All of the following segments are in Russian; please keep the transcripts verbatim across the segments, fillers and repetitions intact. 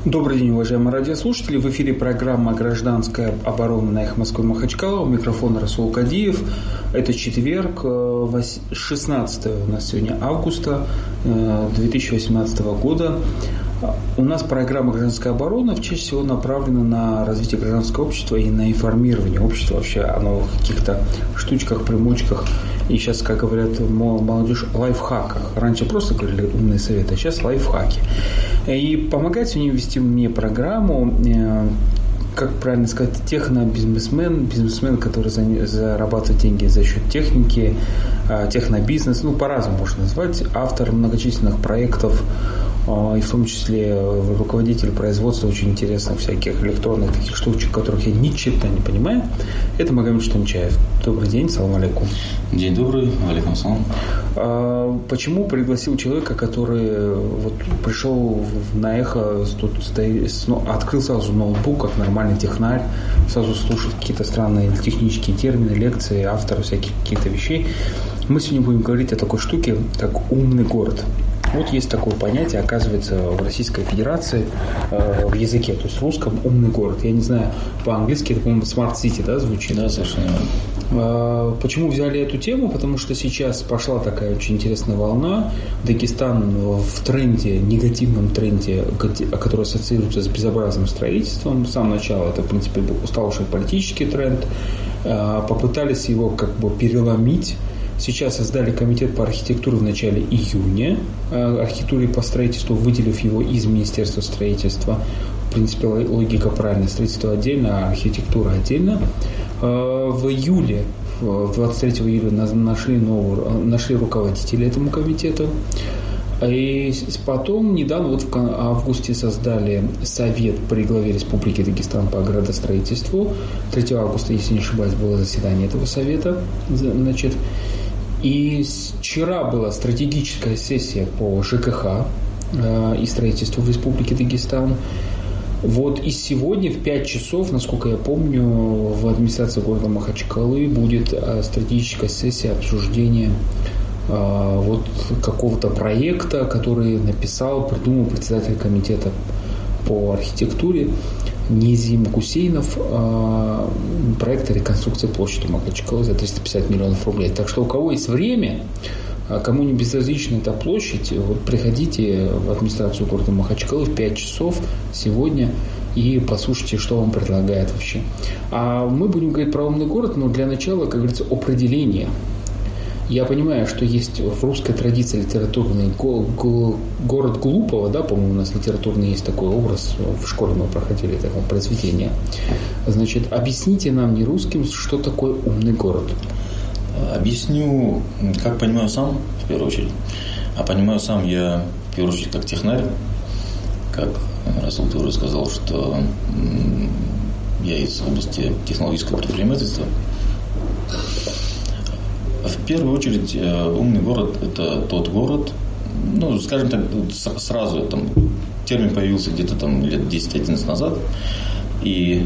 Добрый день, уважаемые радиослушатели. В эфире программа «Гражданская оборона» на Эхо Москвы Махачкала. У микрофона Расул Кадиев. Это четверг, шестнадцатое у нас сегодня августа две тысячи восемнадцатого года. У нас программа «Гражданская оборона» чаще всего направлена на развитие гражданского общества и на информирование общества вообще о новых каких-то штучках, примочках. И сейчас, как говорят молодежь, лайфхаках. Раньше просто говорили умные советы, а сейчас лайфхаки. И помогает сегодня вести мне программу, как правильно сказать, технобизнесмен, бизнесмен, который зарабатывает деньги за счет техники, технобизнес, ну, по-разному можно назвать, автор многочисленных проектов, и в том числе руководитель производства очень интересных всяких электронных таких штучек, которых я ни черта не понимаю. Это Магомед Штанчаев. Добрый день, салам алейкум. День добрый, алейкум салам. А, почему пригласил человека, который вот пришел на Эхо, тут стоит, ну, открыл сразу ноутбук, как нормальный технарь, сразу слушает какие-то странные технические термины, лекции, авторы всяких каких-то вещей. Мы сегодня будем говорить о такой штуке, как умный город. Вот есть такое понятие, оказывается, в Российской Федерации э, в языке, то есть в русском умный город. Я не знаю, по-английски это, по-моему, Smart City, да, звучит? Да, совершенно. Э, почему взяли эту тему? Потому что сейчас пошла такая очень интересная волна. Дагестан в тренде, негативном тренде, который ассоциируется с безобразным строительством. С самого начала это, в принципе, был усталый политический тренд. Э, попытались его как бы переломить. Сейчас создали комитет по архитектуре в начале июня, архитектуре по строительству, выделив его из Министерства строительства. В принципе, логика правильная. Строительство отдельно, а архитектура отдельно. В июле, двадцать третьего июля нашли, нового, нашли руководителя этому комитету. И потом, недавно, вот в августе создали совет при главе Республики Дагестан по градостроительству. третьего августа, если не ошибаюсь, было заседание этого совета. Значит, и вчера была стратегическая сессия по ЖКХ э, и строительству в Республике Дагестан. Вот и сегодня в пять часов, насколько я помню, в администрации города Махачкалы будет э, стратегическая сессия обсуждения э, вот какого-то проекта, который написал, придумал председатель комитета по архитектуре Низим Гусейнов, э, проект реконструкции площади Махачкалы за триста пятьдесят миллионов рублей. Так что у кого есть время, кому не безразлична эта площадь, вот приходите в администрацию города Махачкалы в пять часов сегодня и послушайте, что вам предлагают вообще. А мы будем говорить про умный город, но для начала, как говорится, определение. Я понимаю, что есть в русской традиции литературный город Глупого, да, по-моему, у нас литературный есть такой образ, в школе мы проходили такое произведение. Значит, объясните нам не русским, что такое умный город. Объясню, как понимаю сам, в первую очередь. А понимаю сам я, в первую очередь, как технарь, как Расул уже сказал, что я из области технологического предпринимательства. В первую очередь, умный город – это тот город, ну, скажем так, сразу там, термин появился где-то там лет десять-одиннадцать назад, и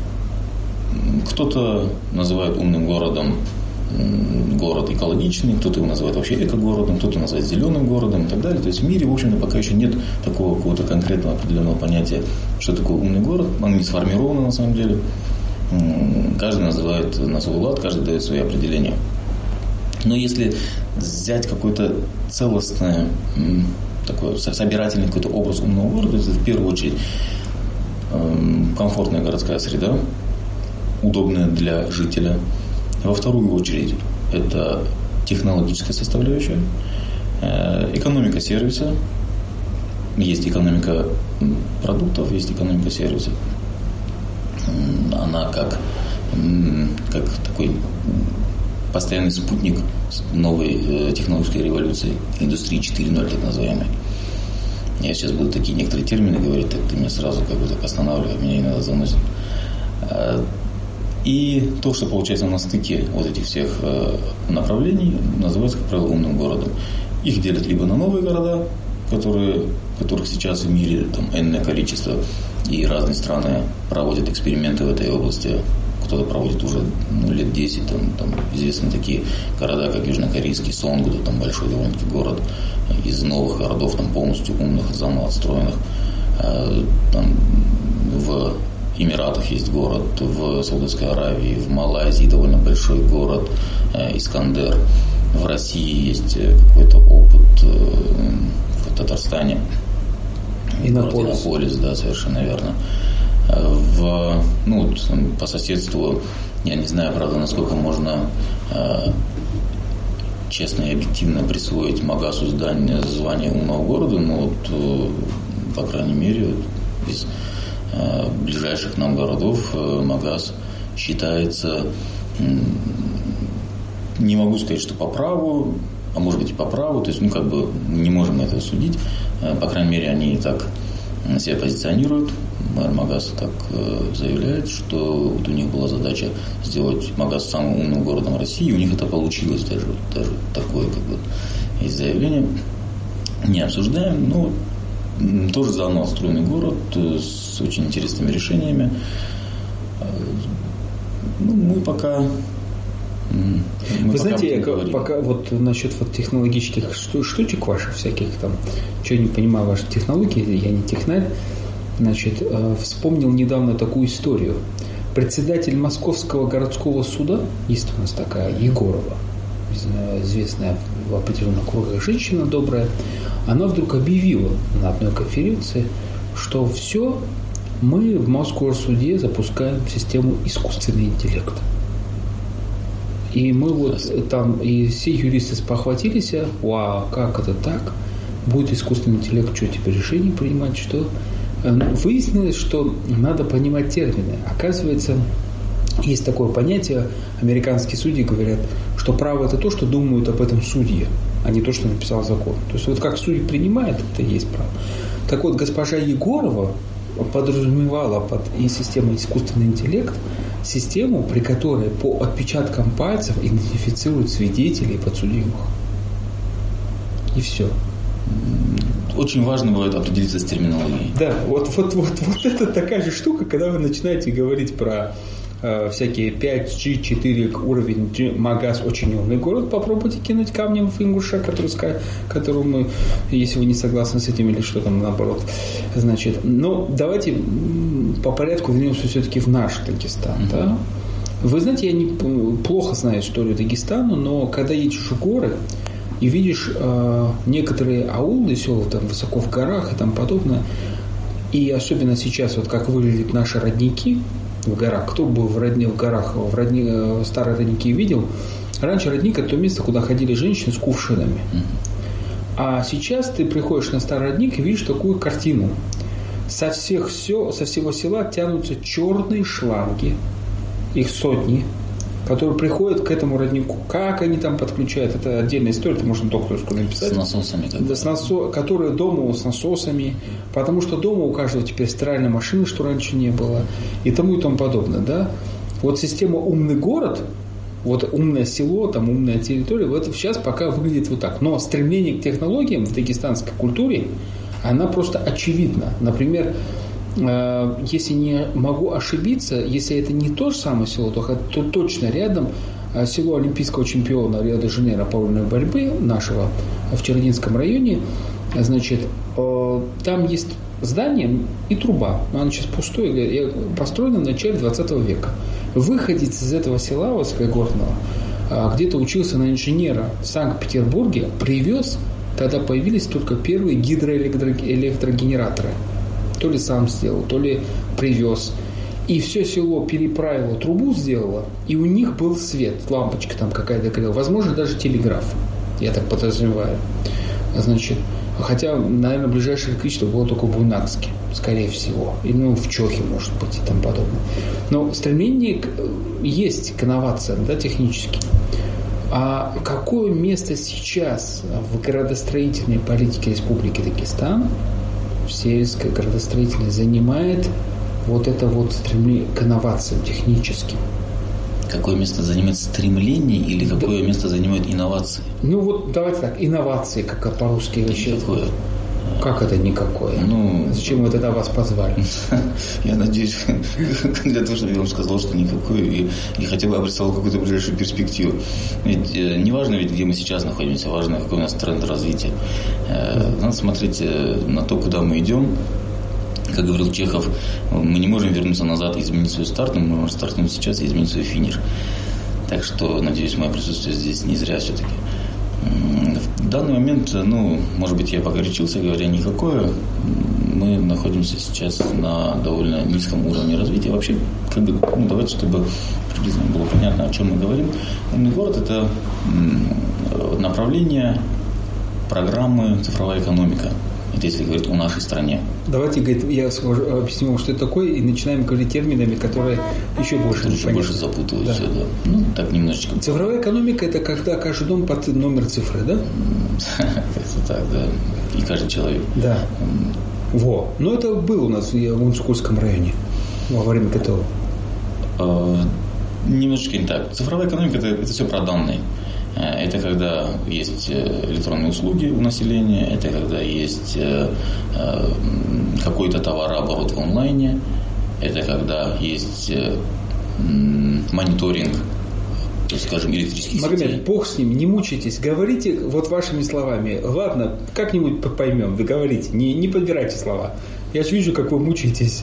кто-то называет умным городом город экологичный, кто-то его называет вообще эко-городом, кто-то называет зеленым городом и так далее. То есть в мире, в общем-то, пока еще нет такого какого-то конкретного определенного понятия, что такое умный город, оно не сформировано на самом деле. Каждый называет на свой лад, каждый дает свои определения. Но если взять какой-то целостный, такой собирательный какой-то образ умного города, это в первую очередь комфортная городская среда, удобная для жителя. Во вторую очередь это технологическая составляющая, экономика сервиса, есть экономика продуктов, есть экономика сервиса. Она как, как такой постоянный спутник новой технологической революции, индустрии четыре ноль, так называемой. Я сейчас буду такие некоторые термины говорить, так ты меня сразу как бы так останавливаешь, меня иногда заносит. И то, что получается на стыке вот этих всех направлений, называется, как правило, умным городом. Их делят либо на новые города, которые, которых сейчас в мире там энное количество, и разные страны проводят эксперименты в этой области. Кто-то проводит уже ну, лет десять, там, там известны такие города, как южнокорейский Сонгу, там большой довольно-таки город, из новых городов, там полностью умных, заново отстроенных. Там Эмиратах есть город, в Саудовской Аравии, в Малайзии довольно большой город Искандер, в России есть какой-то опыт в Татарстане. Иннополис. Иннополис, да, совершенно верно. В, ну, по соседству, я не знаю, правда, насколько можно э, честно и объективно присвоить Магасу здание, звание умного города, но вот, э, по крайней мере, из э, ближайших нам городов э, Магас считается, э, не могу сказать, что по праву, а может быть и по праву, то есть, ну, как бы не можем этого судить, э, по крайней мере, они и так себя позиционируют. Мэр Магаса так э, заявляет, что вот у них была задача сделать Магас самым умным городом России, и у них это получилось, даже, даже такое как бы есть заявление. Не обсуждаем, но тоже заново отстроенный город с очень интересными решениями. Ну, мы пока... Мы Вы пока знаете, я пока вот насчет вот технологических штучек ваших всяких там, что я не понимаю ваши технологии, я не технарь, значит, вспомнил недавно такую историю. Председатель Московского городского суда, есть у нас такая Егорова, известная в определенных кругах женщина добрая, она вдруг объявила на одной конференции, что все, мы в Московском суде запускаем систему искусственный интеллект. И мы вот там, и все юристы спохватились, вау, как это так? Будет искусственный интеллект, что теперь решение принимать, что? Выяснилось, что надо понимать термины. Оказывается, есть такое понятие, американские судьи говорят, что право – это то, что думают об этом судьи, а не то, что написал закон. То есть вот как судьи принимают, это и есть право. Так вот, госпожа Егорова подразумевала под и системой искусственный интеллект систему, при которой по отпечаткам пальцев идентифицируют свидетелей и подсудимых. И все. Очень важно бывает определиться с терминологией. Да, вот, вот, вот, вот это такая же штука, когда вы начинаете говорить про э, всякие пять джи, четыре уровень G, Магас, очень умный город, попробуйте кинуть камнем в ингуша, который, которому мы, если вы не согласны с этим или что там наоборот. Значит, но давайте по порядку вернемся все-таки в наш Дагестан. Mm-hmm. Да? Вы знаете, я не, плохо знаю историю Дагестана, но когда едешь в горы, и видишь э, некоторые аулы, села там высоко в горах и тому подобное. И особенно сейчас, вот как выглядят наши родники в горах. Кто был в, родни, в горах, в родни, э, старые родники видел? Раньше родник – это то место, куда ходили женщины с кувшинами. А сейчас ты приходишь на старый родник и видишь такую картину. Со, всех, все, со всего села тянутся черные шланги, их сотни, которые приходят к этому роднику. Как они там подключают, это отдельная история, это можно докторскую написать. С насосами. Да, с насо... Которые дома с насосами, потому что дома у каждого теперь стиральная машина, что раньше не было, и тому и тому подобное. Да? Вот система «умный город», вот умное село, там умная территория, вот сейчас пока выглядит вот так. Но стремление к технологиям в дагестанской культуре, она просто очевидна. Например, если не могу ошибиться, если это не то же самое село, то, то точно рядом село олимпийского чемпиона Рио-де-Жанейро по вольной борьбе нашего в Чернинском районе, значит, там есть здание и труба, она сейчас пустое, построена в начале двадцатого века. Выходец из этого села высокогорного где-то учился на инженера в Санкт-Петербурге, привез, тогда появились только первые гидроэлектрогенераторы. То ли сам сделал, то ли привез. И все село переправило, трубу сделало, и у них был свет, лампочка там какая-то горела. Возможно, даже телеграф, я так подразумеваю. Значит, хотя, наверное, ближайшее электричество было только в Буйнакске, скорее всего. И, ну, в Чохе, может быть, и тому подобное. Но стремление к, есть к инновациям, да, технически. А какое место сейчас в градостроительной политике Республики Дагестан, в сельской градостроительной, занимает вот это вот стремление к инновациям техническим? Какое место занимает стремление или какое да. место занимают инновации? Ну вот давайте так, инновации, как по-русски вообще. Никакое. Как это никакое? Ну, зачем мы тогда вас позвали? Я надеюсь, для того, чтобы я вам сказал, что никакое, и, и хотя бы обрисовал какую-то ближайшую перспективу. Ведь э, не важно, ведь, где мы сейчас находимся, важно, какой у нас тренд развития. Э, надо смотреть э, на то, куда мы идем, Как говорил Чехов, мы не можем вернуться назад и изменить свой старт, но мы можем стартнуть сейчас и изменить свой финиш. Так что, надеюсь, мое присутствие здесь не зря все-таки. В данный момент, ну, может быть, я погорячился, говоря никакое. Мы находимся сейчас на довольно низком уровне развития. Вообще, как бы, ну, давайте, чтобы приблизительно было понятно, о чем мы говорим. Умный город – это направление программы «Цифровая экономика». Это если говорить о нашей стране. Давайте, говорит, я объясню вам, что это такое, и начинаем говорить терминами, которые еще больше которые еще больше запутывают да. все, да. Ну, так немножечко. Цифровая экономика – это когда каждый дом под номер цифры, да? Это так, да. И каждый человек. Да. Во. Но это было у нас в Унскольском районе во время КТО. Немножечко не так. Цифровая экономика – это, это все про данные. Это когда есть электронные услуги у населения, это когда есть какой-то товарооборот в онлайне, это когда есть мониторинг, скажем, электрических сетей. Магомед, бог с ним, не мучайтесь, говорите вот вашими словами. Ладно, как-нибудь поймем, вы говорите, не, не подбирайте слова. Я же вижу, как вы мучаетесь.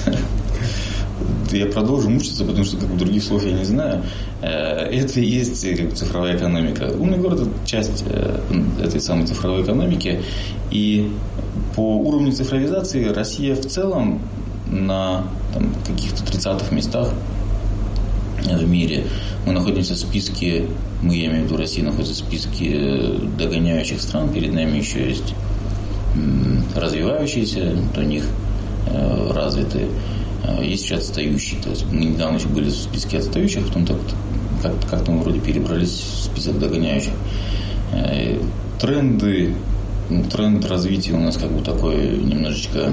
Я продолжу мучиться, потому что как бы, других слов я не знаю. Это и есть как бы, цифровая экономика. Умный город – это часть этой самой цифровой экономики. И по уровню цифровизации Россия в целом на там, каких-то тридцатых местах в мире. Мы находимся в списке, мы, я имею в виду, Россия находится в списке догоняющих стран. Перед нами еще есть развивающиеся, у них развитые. Есть еще отстающие. То есть мы недавно еще были в списке отстающих, потом так, как, как-то мы вроде перебрались в список догоняющих. Тренды, тренд развития у нас как бы такой немножечко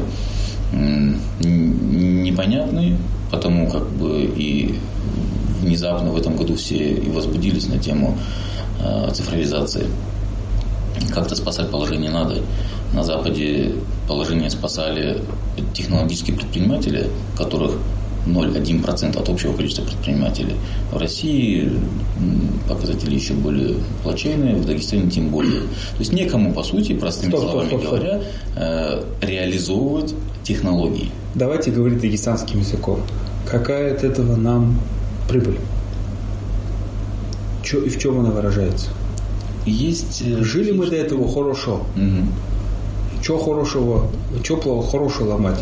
непонятный, потому как бы и внезапно в этом году все и возбудились на тему цифровизации. Как-то спасать положение надо. На Западе положение спасали технологические предприниматели, которых ноль целых одна десятая процента от общего количества предпринимателей. В России показатели еще более плачевные, в Дагестане тем более. То есть некому, по сути, простыми стоп, словами стоп, стоп, говоря, э, реализовывать технологии. Давайте говорить дагестанским языком. Какая от этого нам прибыль? Чё, и в чем она выражается? Есть... Жили мы до этого хорошо. Угу. Чего хорошего, чего плохого, хорошего ломать?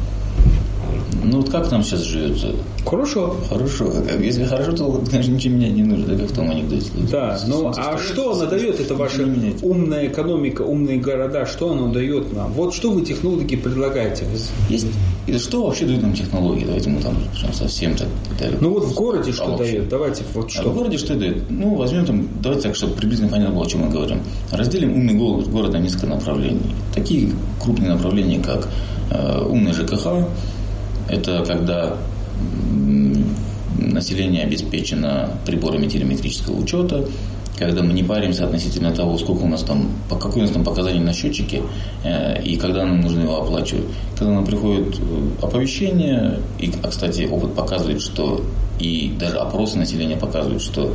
Ну вот как нам сейчас живется? Хорошо. Хорошо. Если хорошо, то, конечно, ничего менять не нужно, как в том анекдоте. Да, ну а что она дает, это ваша умная экономика, умные города, что она дает нам? Вот что вы, технологи, предлагаете? Есть. И что вообще дают нам технологии? Давайте мы там совсем так далее. Ну вот в городе что а дает? Давайте вот что. А в городе что дает? Ну, возьмем там, давайте так, чтобы приблизительно понятно было, о чем мы говорим. Разделим умный город на несколько направлений. Такие крупные направления, как э, умный ЖКХ. Это когда население обеспечено приборами телеметрического учета, когда мы не паримся относительно того, сколько у нас там, какой у нас там показания на счетчике, и когда нам нужно его оплачивать. Когда нам приходит оповещение, и, а, кстати, опыт показывает, что и даже опросы населения показывают, что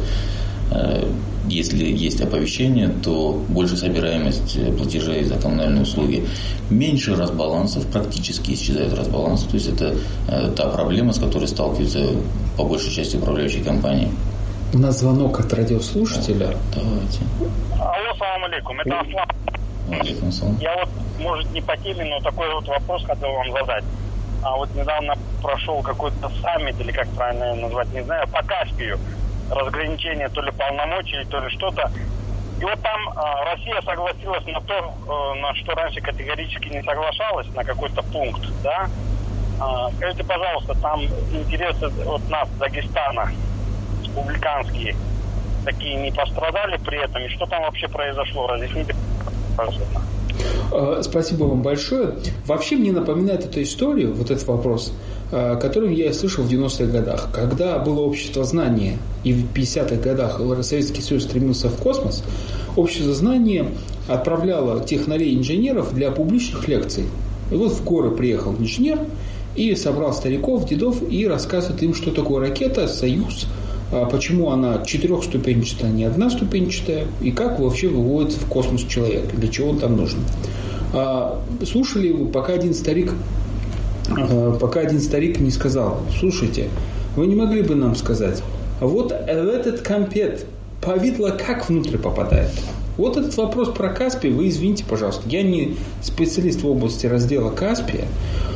если есть оповещение, то больше собираемость платежей за коммунальные услуги. Меньше разбалансов, практически исчезает разбаланс. То есть это та проблема, с которой сталкиваются по большей части управляющие компании. У нас звонок от радиослушателя. Давайте. Алло, салам алейкум. Это Аслан. Алейкум салам. Я вот, может, не по теме, но такой вот вопрос хотел вам задать. А вот недавно прошел какой-то саммит, или как правильно назвать, не знаю, по Каспию. Разграничение то ли полномочий, то ли что-то. И вот там э, Россия согласилась на то, э, на что раньше категорически не соглашалась, на какой-то пункт, да. Э, скажите, пожалуйста, там интересы от нас, Дагестана, республиканские, такие не пострадали при этом? И что там вообще произошло? Разъясните, пожалуйста. Спасибо вам большое. Вообще мне напоминает эту историю, вот этот вопрос, который я слышал в девяностых годах, когда было общество знания, и в пятидесятых годах Советский Союз стремился в космос, общество знания отправляло технарей-инженеров для публичных лекций. И вот в горы приехал инженер и собрал стариков, дедов и рассказывает им, что такое ракета «Союз», почему она четырехступенчатая, а не одноступенчатая, и как вообще выводит в космос человек, для чего он там нужен. Слушали его, пока один старик пока один старик не сказал: слушайте, вы не могли бы нам сказать, вот этот компет повидло как внутрь попадает? Вот этот вопрос про Каспий, вы извините, пожалуйста, я не специалист в области раздела Каспия.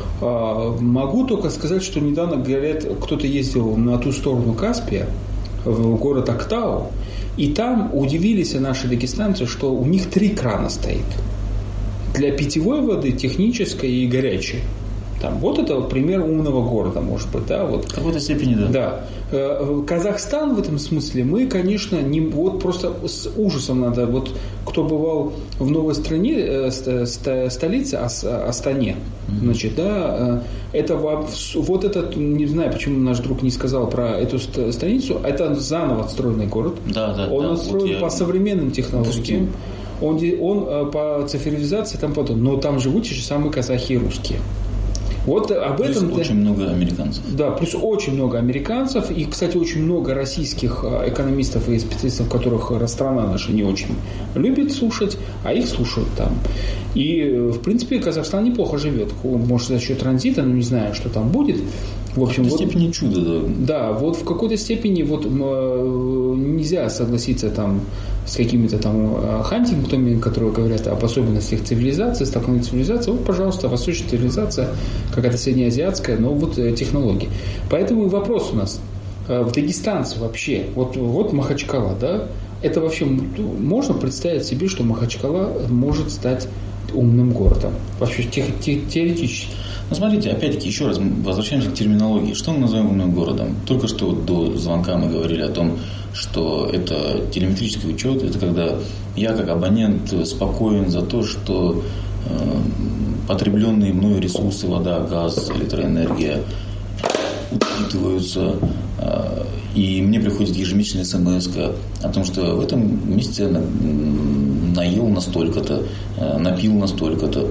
Могу только сказать, что недавно, говорят, кто-то ездил на ту сторону Каспия, в город Актау, и там удивились наши дагестанцы, что у них три крана стоит. Для питьевой воды, технической и горячей. Там, вот это вот пример умного города, может быть, да, вот. В какой-то степени, да. Да. Казахстан в этом смысле, мы, конечно, не, вот просто с ужасом надо, вот кто бывал в новой стране, столице Астане, значит, да, это вот этот, не знаю, почему наш друг не сказал про эту страницу, это заново отстроенный город. Да, да. Он да, отстроен вот по современным технологиям. Он, он по цифровизации там потом, но там живут те же самые казахи и русские. Вот об плюс этом... очень много американцев. Да, плюс очень много американцев. И, кстати, очень много российских экономистов и специалистов, которых страна наша не очень любит слушать, а их слушают там. И, в принципе, Казахстан неплохо живет. Может, за счет транзита, но не знаю, что там будет. В общем, в какой-то вот, степени чудо, да. Да, вот в какой-то степени вот, нельзя согласиться там с какими-то там хантингтонами, которые говорят об особенностях цивилизации, столкновения цивилизации. Вот, пожалуйста, восточная цивилизация, какая-то среднеазиатская, но вот технологии. Поэтому вопрос у нас в дагестанце вообще, вот, вот Махачкала, да, это вообще можно представить себе, что Махачкала может стать умным городом? Вообще теоретически. Ну, смотрите, опять-таки, еще раз возвращаемся к терминологии. Что мы называем умным городом? Только что до звонка мы говорили о том, что это телеметрический учет, это когда я как абонент спокоен за то, что э, потребленные мною ресурсы, вода, газ, электроэнергия учитываются, э, и мне приходит ежемесячная смс о том, что в этом месяце наел настолько-то, э, напил настолько-то,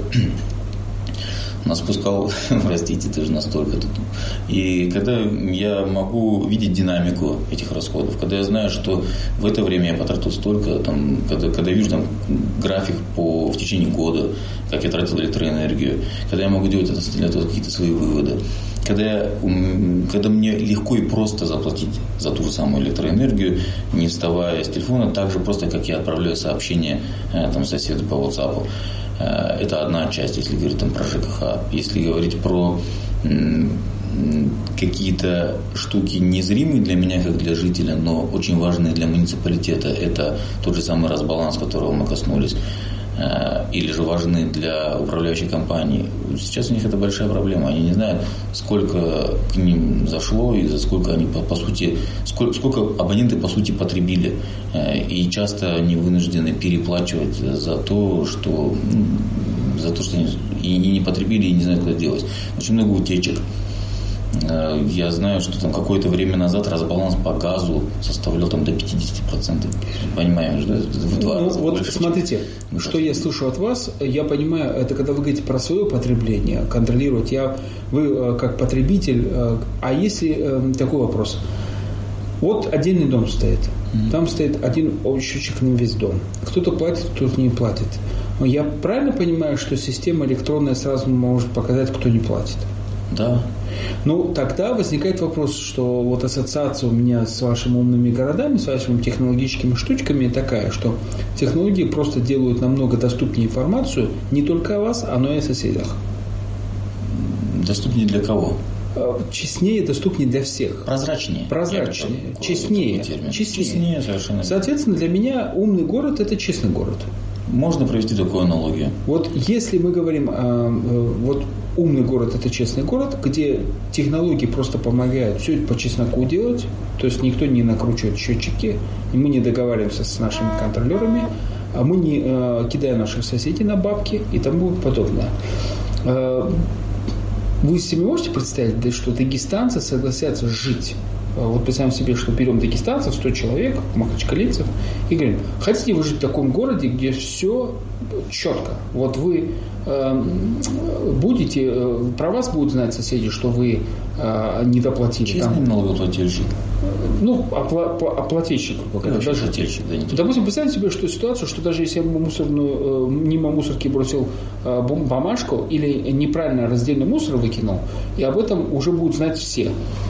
наспускал, простите, тоже настолько-то. И когда я могу видеть динамику этих расходов, когда я знаю, что в это время я потратил столько, там, когда, когда я вижу там, график по, в течение года, как я тратил электроэнергию, когда я могу делать для этого какие-то свои выводы, когда, я, когда мне легко и просто заплатить за ту же самую электроэнергию, не вставая с телефона, так же просто, как я отправляю сообщение там, соседу по WhatsApp. Это одна часть, если говорить там, про ЖКХ. Если говорить про м, какие-то штуки незримые для меня, как для жителя, но очень важные для муниципалитета, это тот же самый разбаланс, которого мы коснулись, или же важны для управляющей компании. Сейчас у них это большая проблема. Они не знают, сколько к ним зашло и за сколько они, по, по сути, сколько, сколько абоненты, по сути, потребили. И часто они вынуждены переплачивать за то, что, за то, что они и не потребили, и не знают, куда делать. Очень много утечек. Я знаю, что там какое-то время назад разбаланс по газу составлял там до пятьдесят процентов. Понимаем, что это в два ну, раза вот больше, смотрите, чем... что я слышу от вас, я понимаю, это когда вы говорите про свое потребление, контролировать, я, вы как потребитель, а если такой вопрос, вот отдельный дом стоит, mm-hmm. там стоит один счетчик на весь дом, кто-то платит, кто-то не платит. Я правильно понимаю, что система электронная сразу может показать, кто не платит? Да. Ну, тогда возникает вопрос, что вот ассоциация у меня с вашими умными городами, с вашими технологическими штучками такая, что технологии просто делают намного доступнее информацию не только о вас, но и о соседях. Доступнее для кого? Честнее, доступнее для всех. Прозрачнее. Прозрачнее. Честнее. Честнее. Честнее, совершенно. Соответственно, для меня умный город – это честный город. Можно провести такую аналогию. Вот если мы говорим, вот умный город – это честный город, где технологии просто помогают все это по чесноку делать, то есть никто не накручивает счетчики, и мы не договариваемся с нашими контролерами, а мы не кидаем наших соседей на бабки и тому подобное. Вы себе можете представить, что дагестанцы согласятся жить Вот представим себе, что берем дагестанцев, сто человек, махачкалинцев, и говорим, хотите вы жить в таком городе, где все четко? Вот вы э, будете, э, про вас будут знать соседи, что вы э, недоплатили. Честный налогоплательщик. Ну, опла- оплательщик. Даже оплательщик, да, не допустим, представьте себе что ситуацию, что даже если я мусорную, мимо мусорки бросил бумажку или неправильно раздельный мусор выкинул, и об этом уже будут знать все.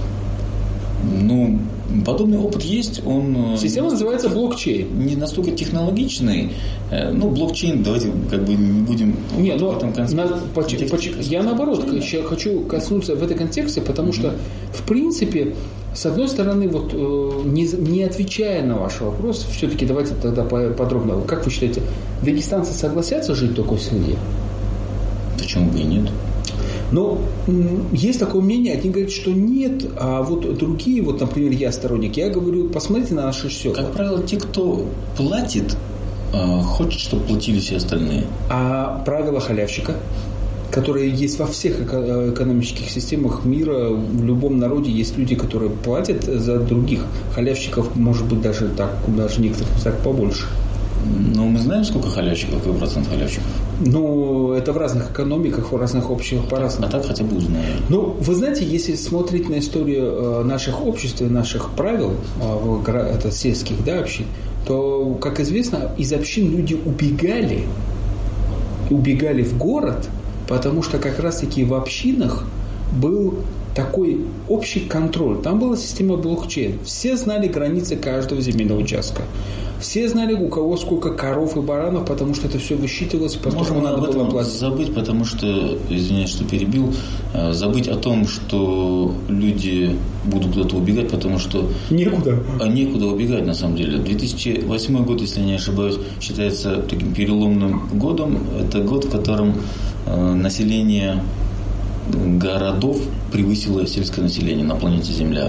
Ну, подобный опыт есть. Он Система называется блокчейн. Не настолько технологичный. Ну, блокчейн, давайте как бы не будем не, но в этом контексте. На, поч, поч, я наоборот я хочу коснуться в этом контексте, потому mm-hmm. что, в принципе, с одной стороны, вот не, не отвечая на ваш вопрос, все-таки давайте тогда подробно. Как вы считаете, дагестанцы согласятся жить в такой среде? Почему бы и нет? Но есть такое мнение, одни говорят, что нет, а вот другие, вот, например, я сторонник, я говорю, посмотрите на наши села. Как правило, те, кто платит, хочет, чтобы платили все остальные. А правила халявщика, которые есть во всех экономических системах мира, в любом народе есть люди, которые платят за других. Халявщиков, может быть, даже так, даже некоторых так побольше. Но мы знаем, сколько халявщиков, какой процент халявщиков? Ну, это в разных экономиках, в разных обществах по-разному. А так хотя бы узнаем. Ну, вы знаете, если смотреть на историю наших обществ и наших правил, это сельских, да, общин, то, как известно, из общин люди убегали, убегали в город, потому что как раз-таки в общинах был такой общий контроль. Там была система блокчейн. Все знали границы каждого земельного участка. Все знали, у кого сколько коров и баранов, потому что это все высчитывалось, поскольку надо было платить. Забыть, потому что, извиняюсь, что перебил, забыть о том, что люди будут куда-то убегать, потому что... Некуда. А некуда убегать, на самом деле. две тысячи восьмой год, если не ошибаюсь, считается таким переломным годом. Это год, в котором население городов превысило сельское население на планете Земля.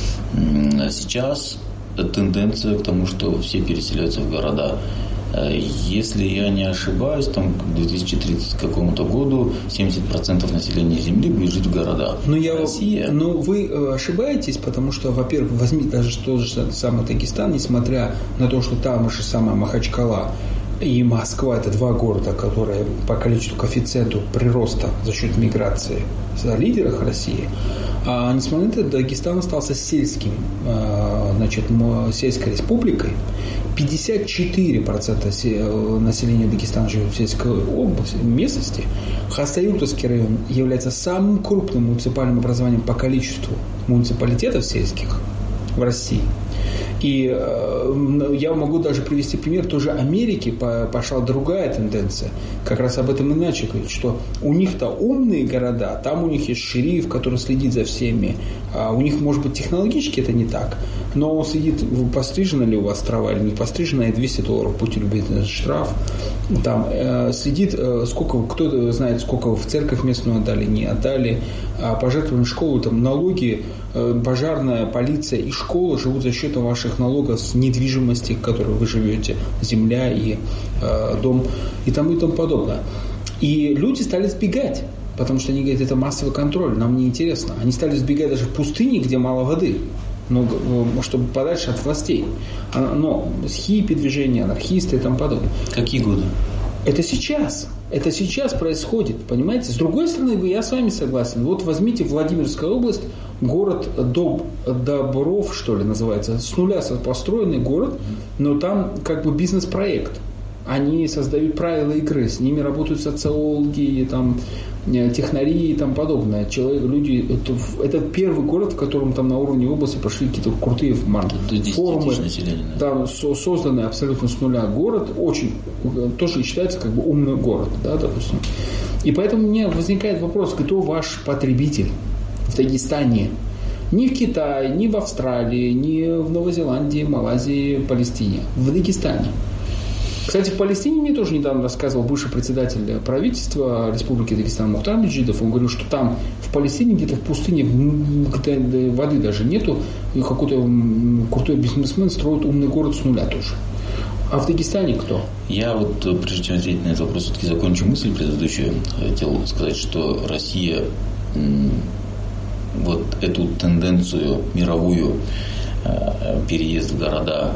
Сейчас тенденция к тому, что все переселяются в города. Если я не ошибаюсь, там к две тысячи тридцатому какому-то году семьдесят процентов населения Земли будет жить в городах. Но, я, Россия... но вы ошибаетесь, потому что, во-первых, возьмите даже тот же самый Дагестан, несмотря на то, что там же самая Махачкала и Москва – это два города, которые по количеству коэффициенту прироста за счет миграции за лидерах России. А несмотря на это, Дагестан остался сельским, значит, сельской республикой. пятьдесят четыре процента населения Дагестана живет в сельской области, местности. Хасавюртовский район является самым крупным муниципальным образованием по количеству муниципалитетов сельских в России. И э, я могу даже привести пример, тоже Америки пошла другая тенденция. Как раз об этом иначе говорить, что у них-то умные города, там у них есть шериф, который следит за всеми. А у них, может быть, технологически это не так, но он следит, пострижена ли у вас трава или не пострижена, и двести долларов, будьте любезны, штраф. Там э, следит, э, сколько, кто знает, сколько вы в церковь местную отдали, не отдали, а пожертвования школы, там налоги, э, пожарная, полиция и школа живут за счет ваших налогов с недвижимости, в которой вы живете, земля и э, дом и тому и тому подобное. И люди стали сбегать, потому что они говорят, это массовый контроль, нам не интересно. Они стали сбегать даже в пустыне, где мало воды. Ну, чтобы подальше от властей. Но хиппи-движения, анархисты и тому подобное. Какие годы? Это сейчас. Это сейчас происходит, понимаете? С другой стороны, я с вами согласен. Вот возьмите Владимирская область, город Доб, Добров, что ли, называется. С нуля построенный город, но там как бы бизнес-проект. Они создают правила игры, с ними работают социологи, там, технари и тому подобное. Человек, люди, это, это первый город, в котором там на уровне области пошли какие-то крутые форумы, да, созданные абсолютно с нуля город, очень тоже считается как бы умный город, да, допустим. И поэтому у меня возникает вопрос, кто ваш потребитель в Дагестане? Ни в Китае, ни в Австралии, ни в Новой Зеландии, Малайзии, Палестине. В Дагестане. Кстати, в Палестине мне тоже недавно рассказывал бывший председатель правительства Республики Дагестан Мухтар Меджидов. Он говорил, что там в Палестине где-то в пустыне где воды даже нету, и какой-то крутой бизнесмен строит умный город с нуля тоже. А в Дагестане кто? Я вот, прежде чем ответить на этот вопрос, все-таки закончу мысль предыдущую. Хотел сказать, что Россия, вот эту тенденцию мировую переезд в города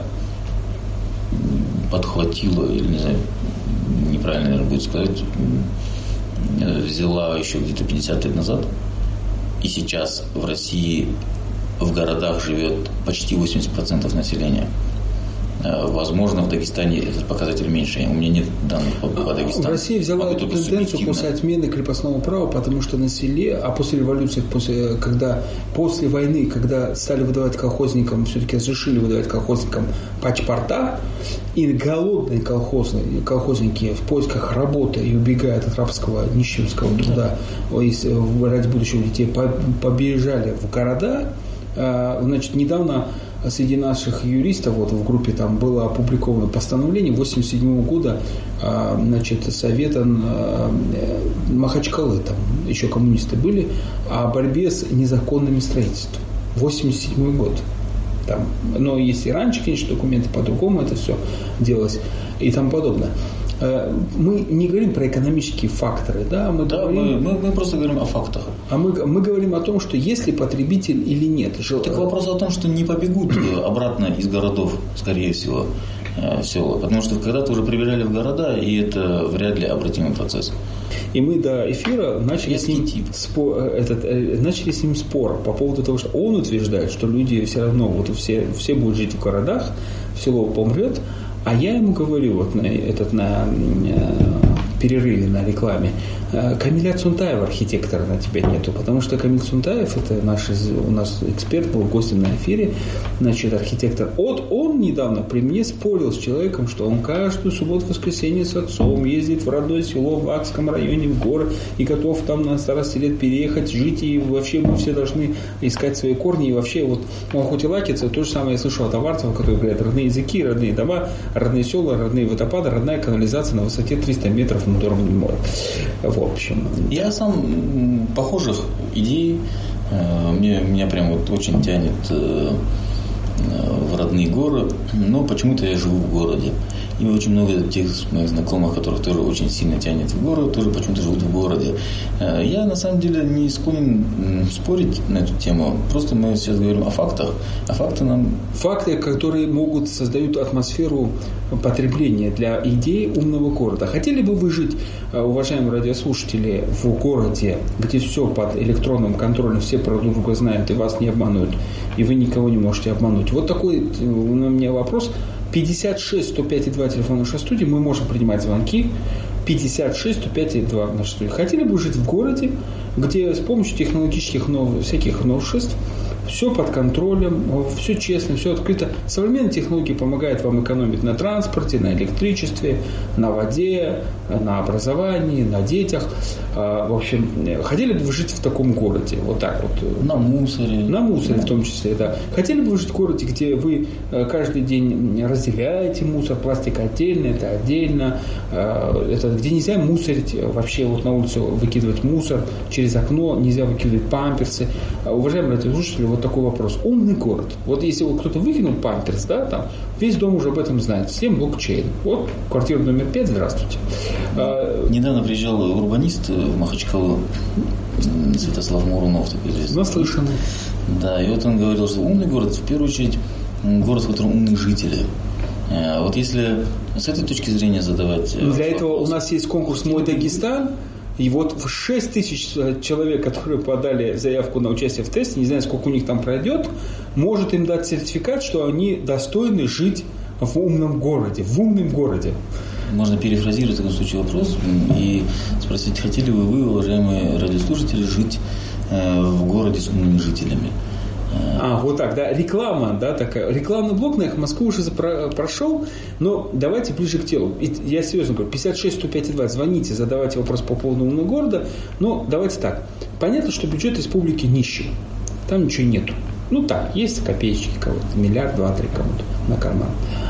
подхватила, или не знаю, неправильно, наверное, будет сказать, взяла еще где-то пятьдесят лет назад. И сейчас в России в городах живет почти восемьдесят процентов населения. Возможно, в Дагестане этот показатель меньше. У меня нет данных по, по Дагестану. Россия взяла эту тенденцию после отмены крепостного права, потому что на селе, а после революции, после, когда, после войны, когда стали выдавать колхозникам, все-таки разрешили выдавать колхозникам паспорта, и голодные колхозные, колхозники в поисках работы и убегая от рабского нищенского труда ради будущего детей побежали в города. Значит, недавно среди наших юристов, вот в группе там было опубликовано постановление восемьдесят седьмого года, значит, Совета Махачкалы, там еще коммунисты были, о борьбе с незаконными строительством. восемьдесят седьмой год. Там, но есть и раньше, конечно, документы, по-другому это все делалось и тому подобное. Мы не говорим про экономические факторы, да, мы, да, говорим, мы, мы просто говорим о фактах. А мы, мы говорим о том, что есть ли потребитель или нет. Так вопрос о том, что не побегут обратно из городов, скорее всего, в село. Потому что когда-то уже проверяли в города, и это вряд ли обратимый процесс. И мы до эфира начали с, ним спор, этот, начали с ним спор по поводу того, что он утверждает, что люди все равно вот все, все будут жить в городах, село помрет. А я ему говорю вот на, этот, на э, перерыве на рекламе: Камиля Цунтаева, архитектора, на тебя нету, потому что Камиль Цунтаев, это наш, у нас эксперт, был гостем на эфире, значит, архитектор. Вот он недавно при мне спорил с человеком, что он каждую субботу-воскресенье с отцом ездит в родное село в Акском районе, в горы, и готов там на старости лет переехать, жить, и вообще мы все должны искать свои корни, и вообще вот он хоть и лакится, то же самое я слышал от аварцев, которые говорят: родные языки, родные дома, родные села, родные водопады, родная канализация на высоте триста метров над уровнем моря. В общем. Я сам похожих идей, мне, меня прям вот очень тянет в родные горы, но почему-то я живу в городе. И очень много тех моих знакомых, которых тоже очень сильно тянет в город, тоже почему-то живут в городе. Я на самом деле не склонен спорить на эту тему. Просто мы сейчас говорим о фактах. А факты нам... Факты, которые могут создают атмосферу потребления для идей умного города. Хотели бы вы жить, уважаемые радиослушатели, в городе, где все под электронным контролем, все про друга знают и вас не обманут, и вы никого не можете обмануть? Вот такой у меня вопрос. пятьдесят шесть сто пять два телефон нашей студии, мы можем принимать звонки. пятьдесят шесть сто пять два в нашей студии. Хотели бы жить в городе, где с помощью технологических нов... всяких новшеств все под контролем, все честно, все открыто. Современные технологии помогают вам экономить на транспорте, на электричестве, на воде, на образовании, на детях. В общем, хотели бы вы жить в таком городе? Вот так вот. На мусоре. На мусоре в том числе, да. Хотели бы вы жить в городе, где вы каждый день разделяете мусор, пластик отдельно, это отдельно, это, где нельзя мусорить, вообще вот на улицу выкидывать мусор через окно, нельзя выкидывать памперсы. Уважаемые радиослушатели, вот такой вопрос. Умный город. Вот если вот кто-то выкинул памперс, да, там, весь дом уже об этом знает. Всем блокчейн. Вот, квартира номер пять, здравствуйте. Недавно приезжал урбанист в Махачкалу, Святослав Мурунов, такой известный. Наслышанный. Да, и вот он говорил, что умный город, в первую очередь, город, в котором умные жители. Вот если с этой точки зрения задавать... Для вопрос, этого у нас есть конкурс «Мой Дагестан». И вот шесть тысяч человек, которые подали заявку на участие в тесте, не знаю, сколько у них там пройдет, может им дать сертификат, что они достойны жить в умном городе, в умном городе. Можно перефразировать в таком случае вопрос и спросить: хотели бы вы, уважаемые радиослушатели, жить в городе с умными жителями? А, вот так, да, реклама, да, такая. Рекламный блок на «Эхо Москвы» уже прошел, но давайте ближе к телу. Я серьезно говорю, пятьдесят шесть сто пять два, звоните, задавайте вопрос по поводу умного города, но давайте так. Понятно, что бюджет республики нищий, там ничего нету. Ну так, есть копеечки кого-то, миллиард, два, три кому-то на карман.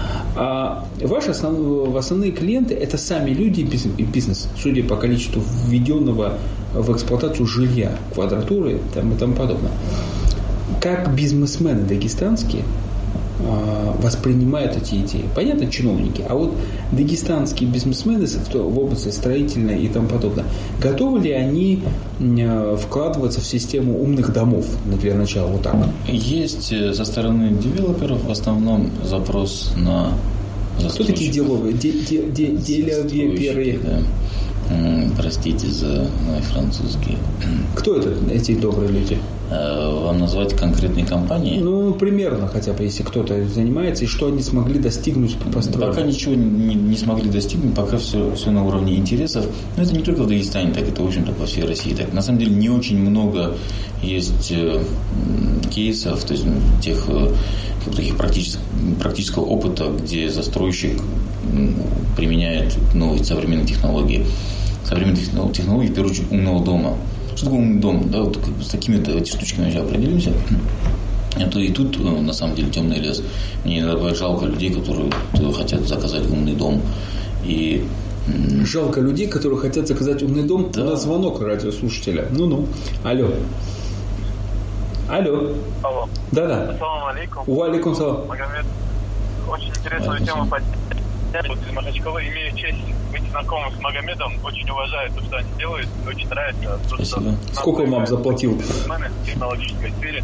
А ваши основные, основные клиенты – это сами люди и бизнес, судя по количеству введенного в эксплуатацию жилья, квадратуры там, и тому подобное. Как бизнесмены дагестанские, воспринимают эти идеи. Понятно, чиновники. А вот дагестанские бизнесмены в области строительной и тому подобное, готовы ли они вкладываться в систему умных домов, для начала, вот так? Есть со стороны девелоперов в основном запрос на застройщиков. Кто такие деловые? Девелоперы? Да. Простите за мой французский. Кто это, эти добрые люди? Вам назвать конкретные компании? Ну, примерно хотя бы, если кто-то занимается, и что они смогли достигнуть по постройке? Пока ничего не, не смогли достигнуть, пока все, все на уровне интересов. Но это не только в Дагестане, так это, в общем-то, по всей России. Так, на самом деле, не очень много есть э, кейсов, то есть тех э, таких практических, практического опыта, где застройщик э, применяет новые современные технологии. Современные технологии, в первую очередь, умного дома. Что такое умный дом? Да, вот с такими-то эти штучками сейчас определимся. А то и тут, на самом деле, темный лес. Мне иногда бывает жалко людей, которые хотят заказать умный дом. И... Жалко людей, которые хотят заказать умный дом. Да. У нас звонок радиослушателя. Ну-ну. Алло. Алло. Алло. Да-да. Ассаламу алейкум. Ва алейкум салам. Магомед, очень интересную тему подняли. Из Махачкала имею честь быть знакомым с Магомедом, очень уважаю то, что они делают, очень нравится. То, что сколько он вам заплатил? В технологической сфере.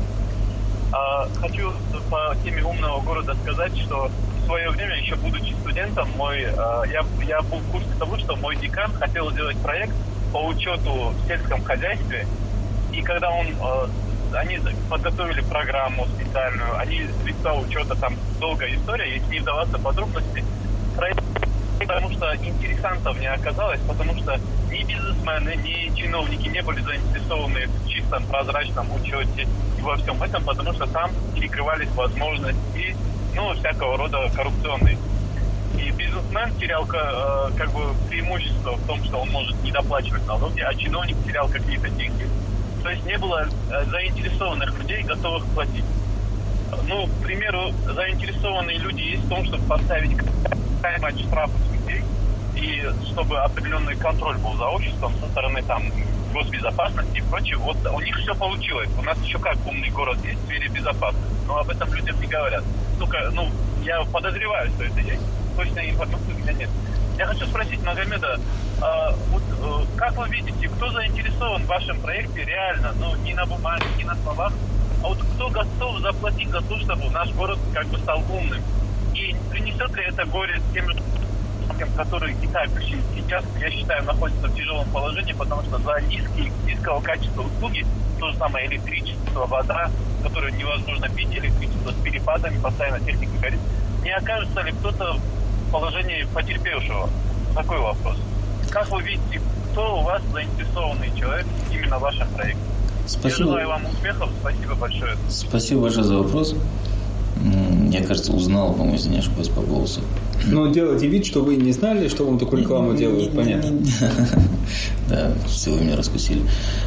А, хочу по теме умного города сказать, что в свое время, еще будучи студентом, мой, а, я, я был в курсе того, что мой декан хотел сделать проект по учету в сельском хозяйстве, и когда он... А, они подготовили программу специальную, они листа учета, там долгая история, если не вдаваться в подробности, потому что интересантов не оказалось, потому что ни бизнесмены, ни чиновники не были заинтересованы в чистом прозрачном учете и во всем этом, потому что там перекрывались возможности, ну, всякого рода коррупционные. И бизнесмен терял как бы преимущество в том, что он может не доплачивать налоги, а чиновник терял какие-то деньги. То есть не было заинтересованных людей, готовых платить. Ну, к примеру, заинтересованные люди есть в том, чтобы поставить штрафы с людей, и чтобы определенный контроль был за обществом со стороны там госбезопасности и прочего. Вот у них все получилось. У нас еще как умный город есть в сфере безопасности, но об этом людям не говорят. Только, ну, я подозреваю, что это есть. Точной информации у меня нет. Я хочу спросить Магомеда, а, вот, а, как вы видите, кто заинтересован в вашем проекте реально, ну, не на бумаге, не на словах, а вот кто готов заплатить за то, чтобы наш город как бы стал умным? И принесет ли это горе тем людям, которые Китай сейчас, я считаю, находятся в тяжелом положении, потому что за низкие, низкого качества услуги, то же самое электричество, вода, которую невозможно пить, электричество с перепадами, постоянно техника горит, не окажется ли кто-то в положении потерпевшего? Такой вопрос. Как вы видите, кто у вас заинтересованный человек именно в вашем проекте? Спасибо. Я желаю вам успехов. Спасибо большое. Спасибо большое за вопрос. Я, кажется, узнал, по-моему, если не ошибаюсь, по голосу. Но делайте вид, что вы не знали, что вам такую рекламу делают, понятно. Да, все, вы меня раскусили.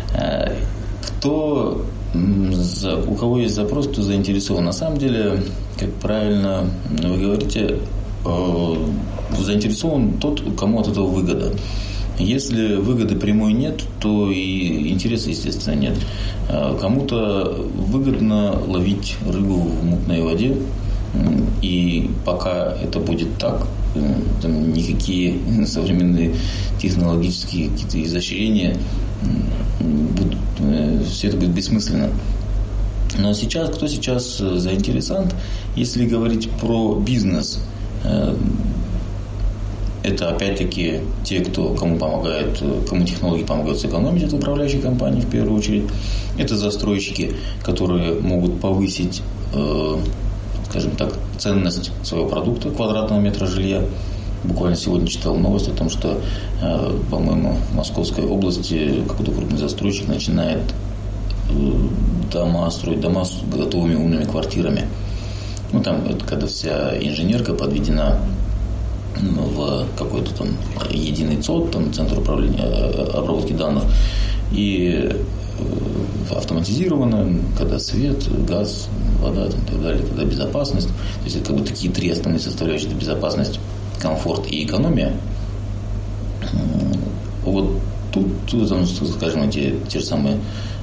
Кто, у кого есть запрос, кто заинтересован? На самом деле, как правильно вы говорите, заинтересован тот, кому от этого выгода. Если выгоды прямой нет, то и интереса, естественно, нет. Кому-то выгодно ловить рыбу в мутной воде, и пока это будет так, там никакие современные технологические какие-то изощрения будут, все это будет бессмысленно. Но сейчас, кто сейчас заинтересован, если говорить про бизнес, это опять-таки те, кто, кому помогает, кому технологии помогают сэкономить, это управляющие компании в первую очередь. Это застройщики, которые могут повысить, э, скажем так, ценность своего продукта, квадратного метра жилья. Буквально сегодня читал новость о том, что, э, по-моему, в Московской области какой-то крупный застройщик начинает э, дома строить дома с готовыми умными квартирами. Ну, там это когда вся инженерка подведена в какой-то там единый ЦОД, там Центр управления обработки данных, и автоматизировано, когда свет, газ, вода там, и так далее, когда безопасность. То есть это как бы такие три основные составляющие: это безопасность, комфорт и экономия. Вот тут, тут там, скажем, эти те же самые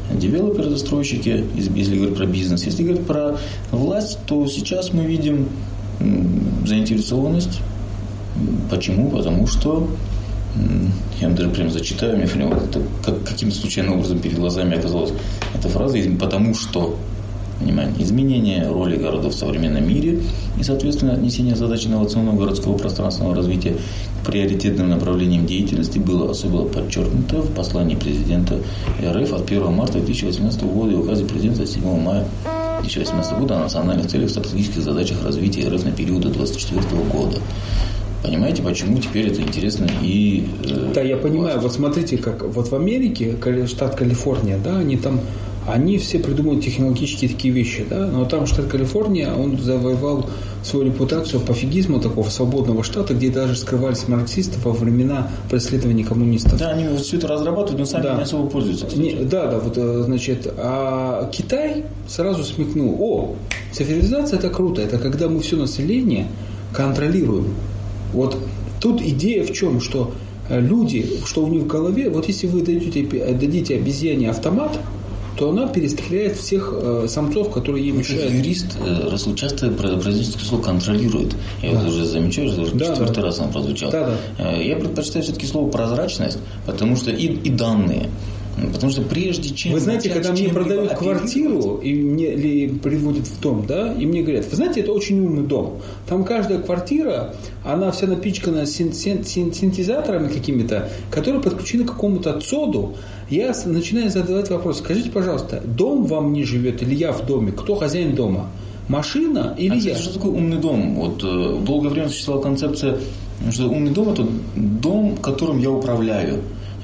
девелоперы, застройщики, если говорить про бизнес. Если говорить про власть, то сейчас мы видим заинтересованность. Почему? Потому что, я вам даже прям зачитаю, мне прям это как, каким-то случайным образом перед глазами оказалась эта фраза, потому что, внимание, изменение роли городов в современном мире и, соответственно, отнесение задач инновационного городского пространственного развития к приоритетным направлениям деятельности было особо подчеркнуто в послании президента РФ от первого марта две тысячи восемнадцатого года и указе президента от седьмого мая две тысячи восемнадцатого года о национальных целях и стратегических задачах развития РФ на период до две тысячи двадцать четвёртого года. Понимаете, почему теперь это интересно и... Э, да, я понимаю. Вот смотрите, как вот в Америке, штат Калифорния, да, они там, они все придумывают технологические такие вещи, да, но там штат Калифорния, он завоевал свою репутацию пофигизма такого свободного штата, где даже скрывались марксисты во времена преследования коммунистов. Да, они вот все это разрабатывают, но сами да. не особо пользуются. Не, да, да, вот, значит, а Китай сразу смекнул, о, цифровизация это круто, это когда мы все население контролируем. Вот тут идея в чем, что люди, что у них в голове, вот если вы дадите, дадите обезьяне автомат, то она перестреляет всех э, самцов, которые ей мешают. Юрист э, Расул часто произносит слово «контролирует». Я да. вот уже замечаю, что уже да, четвертый да. раз оно прозвучало. Да, да. Э, я предпочитаю все-таки слово «прозрачность», потому что и, и данные. Потому что прежде чем... Вы знаете, когда мне продают квартиру и мне или приводят в дом, да, и мне говорят, вы знаете, это очень умный дом. Там каждая квартира, она вся напичкана син- син- син- синтезаторами какими-то, которые подключены к какому-то цоду. Я начинаю задавать вопрос, скажите, пожалуйста, дом вам не живет или я в доме? Кто хозяин дома? Машина или а, кстати, я? Что такое умный дом? Вот э, долгое время существовала концепция, что умный дом – это дом, которым я управляю.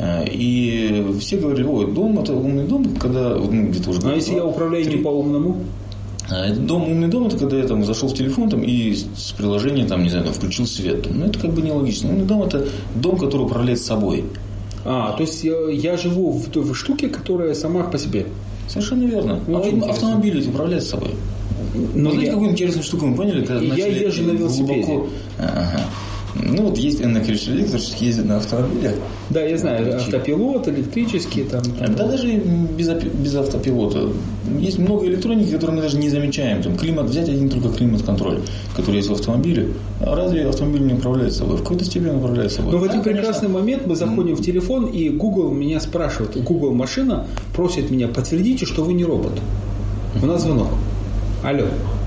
И все говорили, ой, дом это умный дом, когда ну, где-то уже. А если я управляю три... не по-умному? Дом, умный дом это когда я там зашел в телефон там, и с приложения там, не знаю, там, включил свет. Ну, это как бы нелогично. Умный дом это дом, который управляет собой. А, то есть я, я живу в той в штуке, которая сама по себе. Совершенно верно. А автомобиль ведь управляет собой. Но знаете, я... какую интересную штуку мы поняли, когда я езжу на велосипеде. Глубоко... Ага. Ну, вот есть энное количество людей, которые ездят на автомобилях. Да, я знаю, автопилот, электрические там. там да, даже без, без автопилота. Есть много электроники, которые мы даже не замечаем. Там климат, взять один только климат-контроль, который есть в автомобиле. А разве автомобиль не управляет собой? В какой-то степени он управляет собой. Но в один да, прекрасный конечно. момент мы заходим mm. в телефон, и Google меня спрашивает, Google машина просит меня, подтвердите, что вы не робот. У нас звонок. Алло.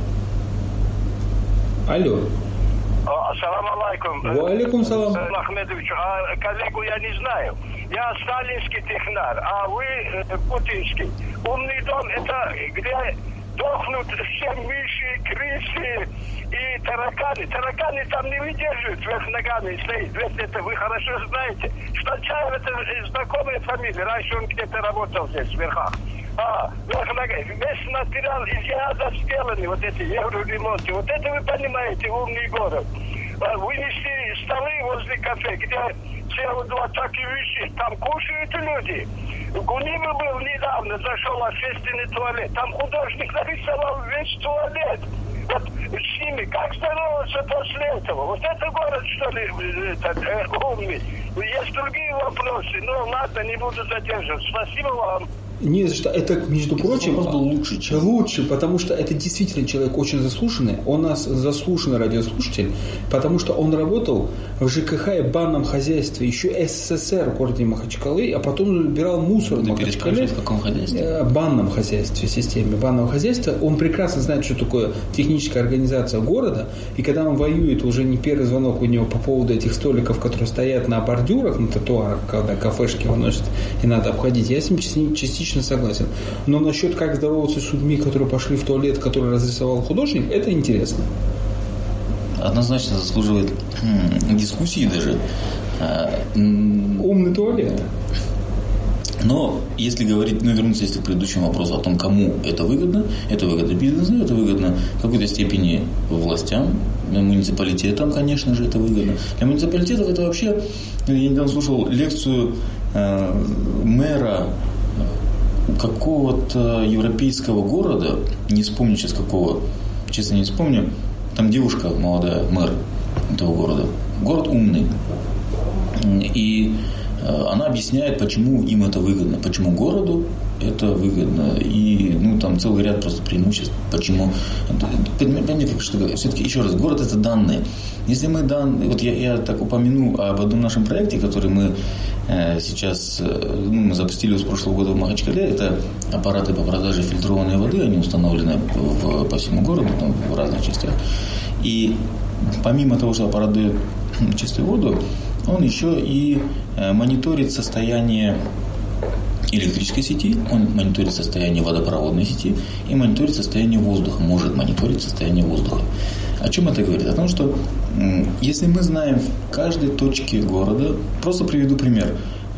Алло. Ассаламу алейкум. Ва алейкум салам. Ахмедович, а коллегу я не знаю. Я сталинский технар, а вы э, путинский. Умный дом это где дохнут все мыши, крысы и тараканы. Тараканы там не выдерживают вверх ногами стоит. Ведь это вы хорошо знаете. Штанчаев это знакомая фамилия. Раньше он где-то работал здесь, в верхах. А, весь материал из яда сделаны, вот эти евроремонты. Вот это вы понимаете, умный город. Вынесли столы возле кафе, где си о два так и висит. Там кушают люди. В Гуниме был недавно, зашел общественный туалет. Там художник нарисовал весь туалет. Вот с ними как здороваться после этого? Вот это город, что ли, этот, э, умный? Есть другие вопросы, но ладно, не буду задерживать. Спасибо вам. Не за что. Это, между прочим, был лучше, чем... лучше, потому что это действительно человек очень заслуженный. Он у нас заслуженный радиослушатель, потому что он работал в ЖКХ и банном хозяйстве еще СССР в городе Махачкалы, а потом он убирал мусор в Махачкале. В каком хозяйстве? В банном хозяйстве, в системе банного хозяйства. Он прекрасно знает, что такое техническая организация города, и когда он воюет, уже не первый звонок у него по поводу этих столиков, которые стоят на бордюрах, на тротуарах, когда кафешки выносят, и надо обходить. Я с ним частично согласен. Но насчет как здороваться с людьми, которые пошли в туалет, который разрисовал художник, это интересно. Однозначно заслуживает дискуссии даже. Умный туалет. Но если говорить, ну вернуться если к предыдущему вопросу о том, кому это выгодно, это выгодно бизнесу, это выгодно в какой-то степени властям, муниципалитетам, конечно же, это выгодно. Для муниципалитетов это вообще, я недавно слушал лекцию э, мэра какого-то европейского города, не вспомню сейчас какого, честно не вспомню, там девушка молодая, мэр этого города. Город умный. И она объясняет, почему им это выгодно, почему городу это выгодно. И ну, там целый ряд просто преимуществ. Почему? Понимаете, как что все-таки, еще раз, город – это данные. Если мы данные... Вот я, я так упомяну об одном нашем проекте, который мы э, сейчас ну, мы запустили с прошлого года в Махачкале. Это аппараты по продаже фильтрованной воды. Они установлены в, по всему городу, там, в разных частях. И помимо того, что аппарат дает чистую воду, он еще и э, мониторит состояние электрической сети, он мониторит состояние водопроводной сети и мониторит состояние воздуха, может мониторить состояние воздуха. О чем это говорит? О том, что если мы знаем в каждой точке города, просто приведу пример,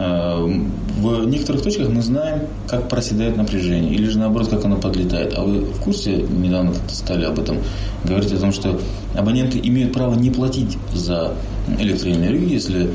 в некоторых точках мы знаем, как проседает напряжение, или же наоборот, как оно подлетает. А вы в курсе, недавно стали об этом говорить, о том, что абоненты имеют право не платить за электроэнергию, если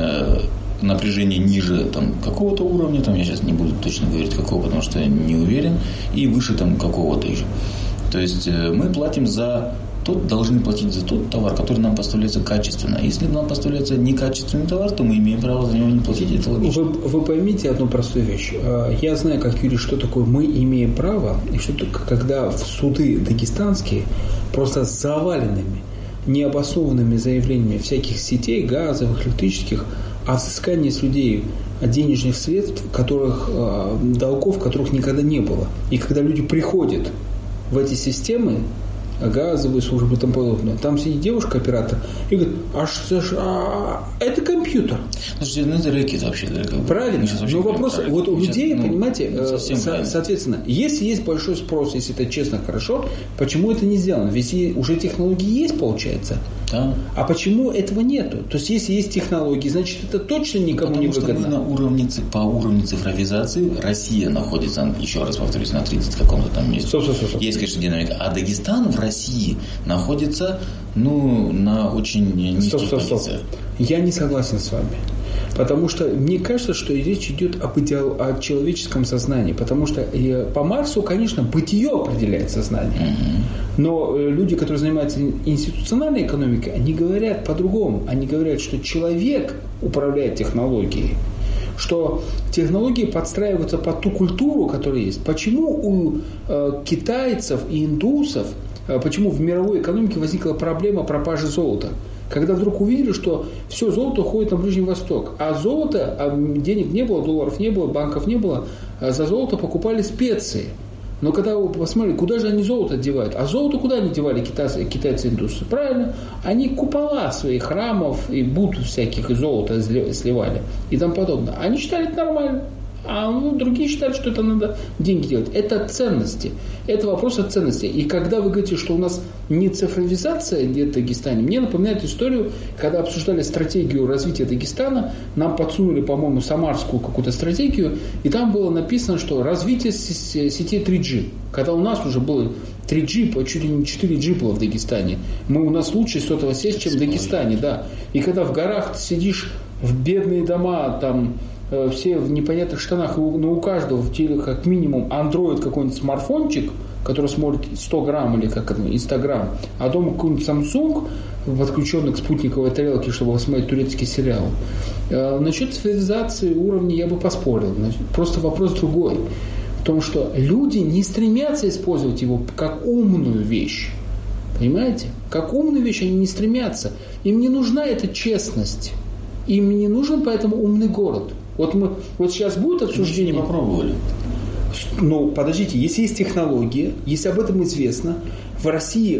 напряжение ниже там, какого-то уровня, там, я сейчас не буду точно говорить какого, потому что я не уверен, и выше там, какого-то еще. То есть мы платим за тот, должны платить за тот товар, который нам поставляется качественно. Если нам поставляется некачественный товар, то мы имеем право за него не платить, это логично. Вы, вы поймите одну простую вещь. Я знаю, как юрист, что такое мы имеем право, и что такое, когда в суды дагестанские просто заваленными, необоснованными заявлениями всяких сетей, газовых, электрических, о взыскании с людей денежных средств, которых, долгов, которых никогда не было. И когда люди приходят в эти системы, газовые службы и тому подобное, там сидит девушка-оператор и говорит, а что ж, а, это компьютер. Слушайте, ну это рэкет вообще. Правильно. Но вопрос, вот у людей, сейчас, ну, понимаете, со, соответственно, если есть большой спрос, если это честно, хорошо, почему это не сделано? Ведь уже технологии есть, получается. Да. А почему этого нету? То есть, если есть технологии, значит, это точно никому Потому не выгодно. Потому что мы на уровне, по уровню цифровизации Россия находится, еще раз повторюсь, на тридцать каком-то там месте. Стоп, стоп, стоп, стоп. Есть, конечно, динамика. А Дагестан в России находится, ну, на очень низких стоп, стоп, позициях. Стоп. Я не согласен с вами. Потому что мне кажется, что речь идет об идеал, о человеческом сознании. Потому что по Марсу, конечно, бытие определяет сознание. Угу. Но люди, которые занимаются институциональной экономикой, они говорят по-другому. Они говорят, что человек управляет технологией. Что технологии подстраиваются под ту культуру, которая есть. Почему у э, китайцев и индусов, э, почему в мировой экономике возникла проблема пропажи золота? Когда вдруг увидели, что все золото уходит на Ближний Восток. А золото, а денег не было, долларов не было, банков не было, а за золото покупали специи. Но когда вы посмотрели, куда же они золото девают? А золото куда они девали, китайцы, китайцы индусы? Правильно, они купола своих храмов и буд всяких и золота сливали и тому подобное. Они считали это нормально. А ну, другие считают, что это надо деньги делать. Это ценности. Это вопрос о ценности. И когда вы говорите, что у нас не цифровизация где-то в Дагестане, мне напоминает историю, когда обсуждали стратегию развития Дагестана, нам подсунули, по-моему, самарскую какую-то стратегию, и там было написано, что развитие сетей три джи. Когда у нас уже было три джи, чуть ли не четыре джи было в Дагестане. Мы, у нас лучшая сотовая сеть, чем в Дагестане. Да. И когда в горах ты сидишь, в бедные дома, там все в непонятных штанах, но у каждого в теле как минимум андроид какой-нибудь смартфончик, который смотрит сто грамм или как это, Инстаграм, а дома какой-нибудь Samsung, подключенный к спутниковой тарелке, чтобы посмотреть турецкий сериал. Насчет цивилизации уровня я бы поспорил. Просто вопрос другой. В том, что люди не стремятся использовать его как умную вещь. Понимаете? Как умную вещь они не стремятся. Им не нужна эта честность. Им не нужен поэтому умный город. Вот, мы, вот сейчас будет обсуждение... Мы не попробовали. Ну, подождите, если есть технология, если об этом известно, в России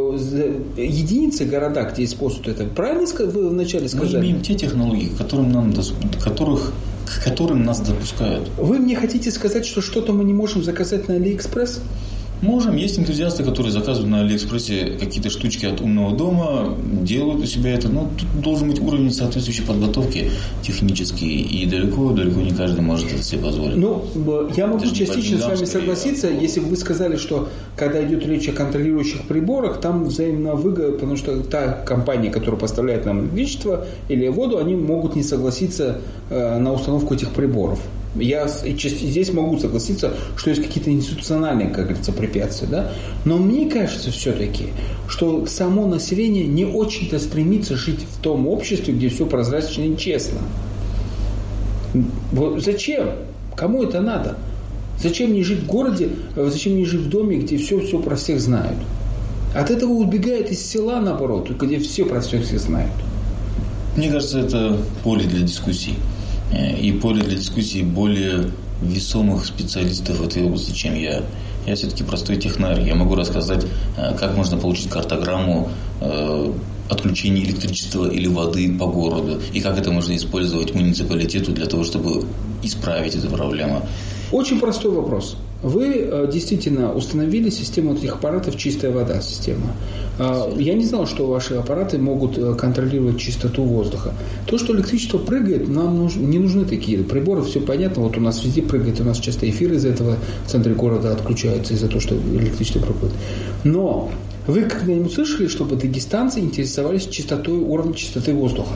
единицы города, где используют это, правильно вы вначале сказали? Мы имеем те технологии, к которым, нам, которых, к которым нас допускают. Вы мне хотите сказать, что что-то мы не можем заказать на Алиэкспресс? Можем. Есть энтузиасты, которые заказывают на Алиэкспрессе какие-то штучки от умного дома, делают у себя это. Но тут должен быть уровень соответствующей подготовки технический. И далеко, далеко не каждый может это себе позволить. Ну, я могу это частично с вами согласиться, а... если бы вы сказали, что когда идет речь о контролирующих приборах, там взаимно выгода, потому что та компания, которая поставляет нам электричество или воду, они могут не согласиться э, на установку этих приборов. Я здесь могу согласиться, что есть какие-то институциональные, как говорится, препятствия, да? Но мне кажется все-таки, что само население не очень-то стремится жить в том обществе, где все прозрачно и честно. Вот зачем? Кому это надо? Зачем мне жить в городе, зачем мне жить в доме, где все-все про всех знают? От этого убегает из села, наоборот, где все про всех всех знают. Мне кажется, это поле для дискуссий. И поле для дискуссий более весомых специалистов в этой области, чем я. Я все-таки простой технарь. Я могу рассказать, как можно получить картограмму отключения электричества или воды по городу, и как это можно использовать муниципалитету для того, чтобы исправить эту проблему. Очень простой вопрос. Вы действительно установили систему этих аппаратов «Чистая вода» система. Я не знал, что ваши аппараты могут контролировать чистоту воздуха. То, что электричество прыгает, нам нуж... не нужны такие приборы, все понятно. Вот у нас везде прыгает, у нас часто эфиры из этого в центре города отключаются из-за того, что электричество прыгает. Но вы когда-нибудь слышали, чтобы дагестанцы интересовались чистотой, уровнем чистоты воздуха?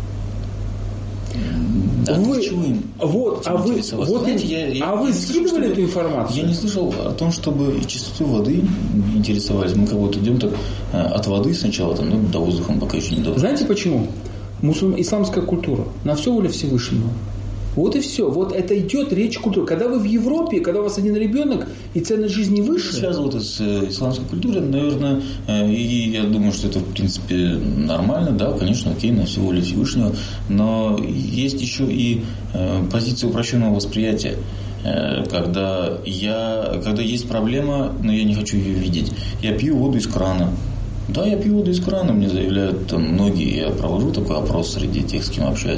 Да, вы, им вот, а вы, вот, Знаете, я, я, а вы скидывали эту информацию? Я не слышал о том, чтобы чистотой воды интересовались. Мы как будто идем так от воды сначала там, ну, до воздуха, пока еще не до. Знаете почему? Мусульм... Исламская культура. На все воля Всевышнего. Вот и все. Вот это идет речь культуры. Когда вы в Европе, когда у вас один ребенок и ценность жизни выше. Связано это с исламской культурой, наверное, и я думаю, что это в принципе нормально, да, конечно, окей, на все воля Всевышнего, но есть еще и позиция упрощенного восприятия. Когда, я, когда есть проблема, но я не хочу ее видеть. Я пью воду из крана. Да, я пью воду из крана, мне заявляют там многие. Я провожу такой опрос среди тех, с кем общаюсь.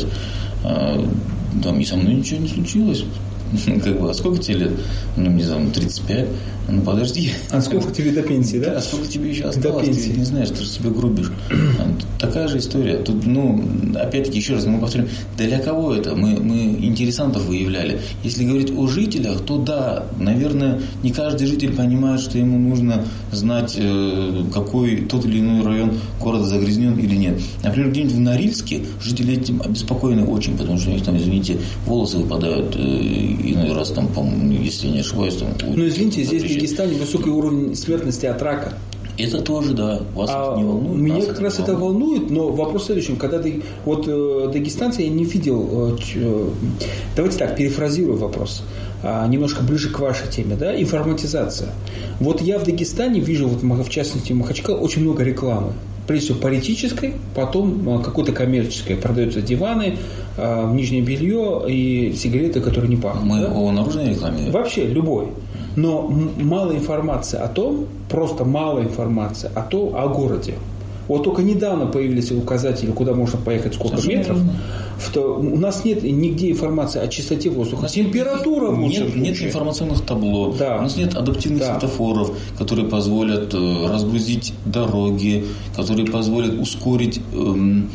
Там и со мной ничего не случилось. Как бы, а сколько тебе лет? Ну, не знаю, тридцать пять. Ну, подожди. А сколько тебе до пенсии, да? А сколько тебе еще осталось? Ты не знаешь, ты же себя грубишь. Такая же история. Тут, ну, опять-таки, еще раз мы повторим, для кого это? Мы, мы интересантов выявляли. Если говорить о жителях, то да, наверное, не каждый житель понимает, что ему нужно знать, какой тот или иной район города загрязнен или нет. Например, где-нибудь в Норильске жители этим обеспокоены очень, потому что у них там, извините, волосы выпадают иной раз, там, по-моему, если я не ошибаюсь, там. Ну, извините, здесь в Дагестане высокий уровень смертности от рака. Это тоже, да. Вас а это не волнует? Меня как раз это волнует, но вопрос в следующем. Когда ты, вот э, дагестанцы я не видел, э, э, давайте так, перефразирую вопрос, э, немножко ближе к вашей теме, да, информатизация. Вот я в Дагестане вижу, вот в частности в Махачкале, очень много рекламы. Прежде всего политической, потом какой-то коммерческой. Продаются диваны, нижнее белье и сигареты, которые не пахнут. Мы да? о наружной рекламе? Вообще, любой. Но мало информации о том, просто мало информации о том, о городе. Вот только недавно появились указатели, куда можно поехать, сколько Совершенно метров. То, у нас нет нигде информации о чистоте воздуха. У нас температура в лучшем нет, случае. Нет информационных табло. Да. У нас нет адаптивных да. светофоров, которые позволят э, разгрузить дороги, которые позволят ускорить эм,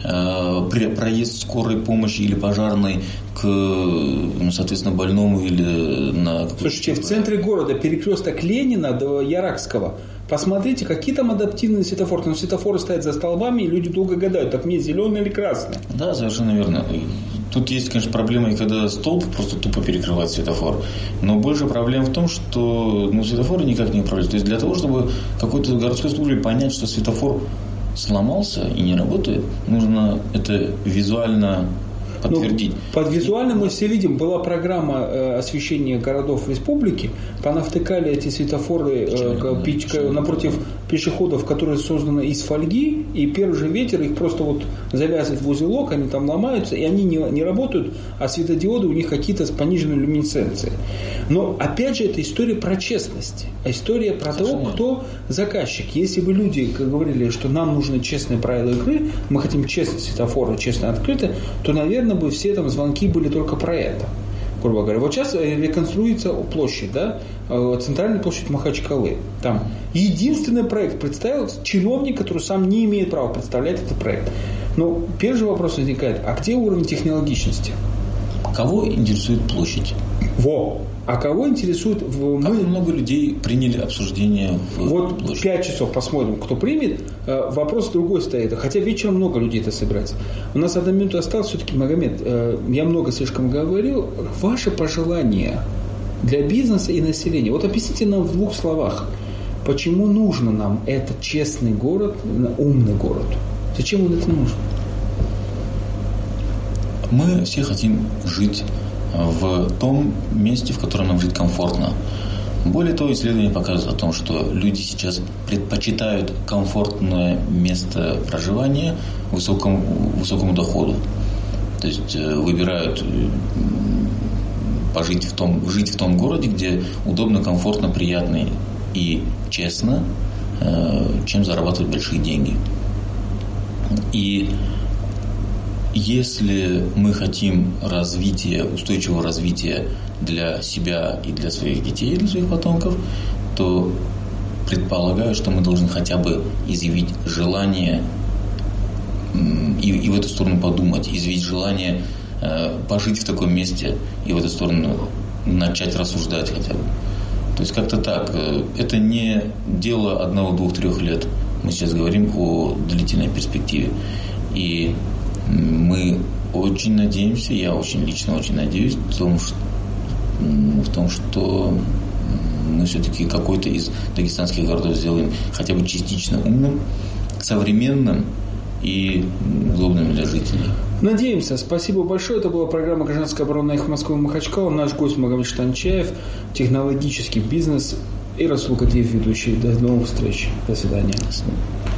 э, проезд скорой помощи или пожарной к, ну, соответственно, больному или на... Слушайте, в центре города перекресток Ленина до Яракского. Посмотрите, какие там адаптивные светофоры. Там светофоры стоят за столбами, и люди долго гадают, так мне зеленый или красный. Да, совершенно верно. Тут есть, конечно, проблема, и когда столб просто тупо перекрывает светофор. Но больше проблема в том, что ну, светофоры никак не управляют. То есть для того, чтобы какой-то городской службе понять, что светофор сломался и не работает, нужно это визуально подтвердить. Ну, под визуально мы все видим, была программа э, освещения городов республики, понавтыкали эти светофоры э, пичка, напротив пешеходов, которые созданы из фольги, и первый же ветер их просто вот завязывает в узелок, они там ломаются, и они не, не работают, а светодиоды у них какие-то с пониженной люминесценцией. Но опять же, это история про честность, история про Совершенно. того, кто заказчик. Если бы люди как говорили, что нам нужны честные правила игры, мы хотим честные светофоры, честно открыто, то, наверное, бы все там звонки были только про это. Грубо говоря. Вот сейчас реконструируется площадь, да, центральная площадь Махачкалы. Там единственный проект представил чиновник, который сам не имеет права представлять этот проект. Но первый же вопрос возникает, а где уровень технологичности? Кого интересует площадь? Во! А кого интересует... В... Как мы... много людей приняли обсуждение в Вот площади? пять часов посмотрим, кто примет. Вопрос другой стоит. Хотя вечером много людей это собирается. У нас одна минута осталась. Все-таки, Магомед, я много слишком говорил. Ваши пожелания для бизнеса и населения. Вот объясните нам в двух словах, почему нужно нам этот честный город, умный город? Зачем он это нужен? Мы все хотим жить в том месте, в котором нам жить комфортно. Более того, исследования показывают о том, что люди сейчас предпочитают комфортное место проживания высокому, высокому доходу. То есть выбирают пожить в том, жить в том городе, где удобно, комфортно, приятно и честно, чем зарабатывать большие деньги. И если мы хотим развития, устойчивого развития для себя и для своих детей, и для своих потомков, то предполагаю, что мы должны хотя бы изъявить желание и, и в эту сторону подумать, изъявить желание э, пожить в таком месте и в эту сторону начать рассуждать хотя бы. То есть как-то так. Это не дело одного, двух, трех лет. Мы сейчас говорим о длительной перспективе. И мы очень надеемся, я очень лично очень надеюсь в том, что, в том, что мы все-таки какой-то из дагестанских городов сделаем хотя бы частично умным, современным и удобным для жителей. Надеемся. Спасибо большое. Это была программа «Гражданская оборона» «Эхо Москвы» Махачкала. Наш гость Магомед Штанчаев, технологический бизнес, и Расул Кадиев, ведущий. До новых встреч. До свидания.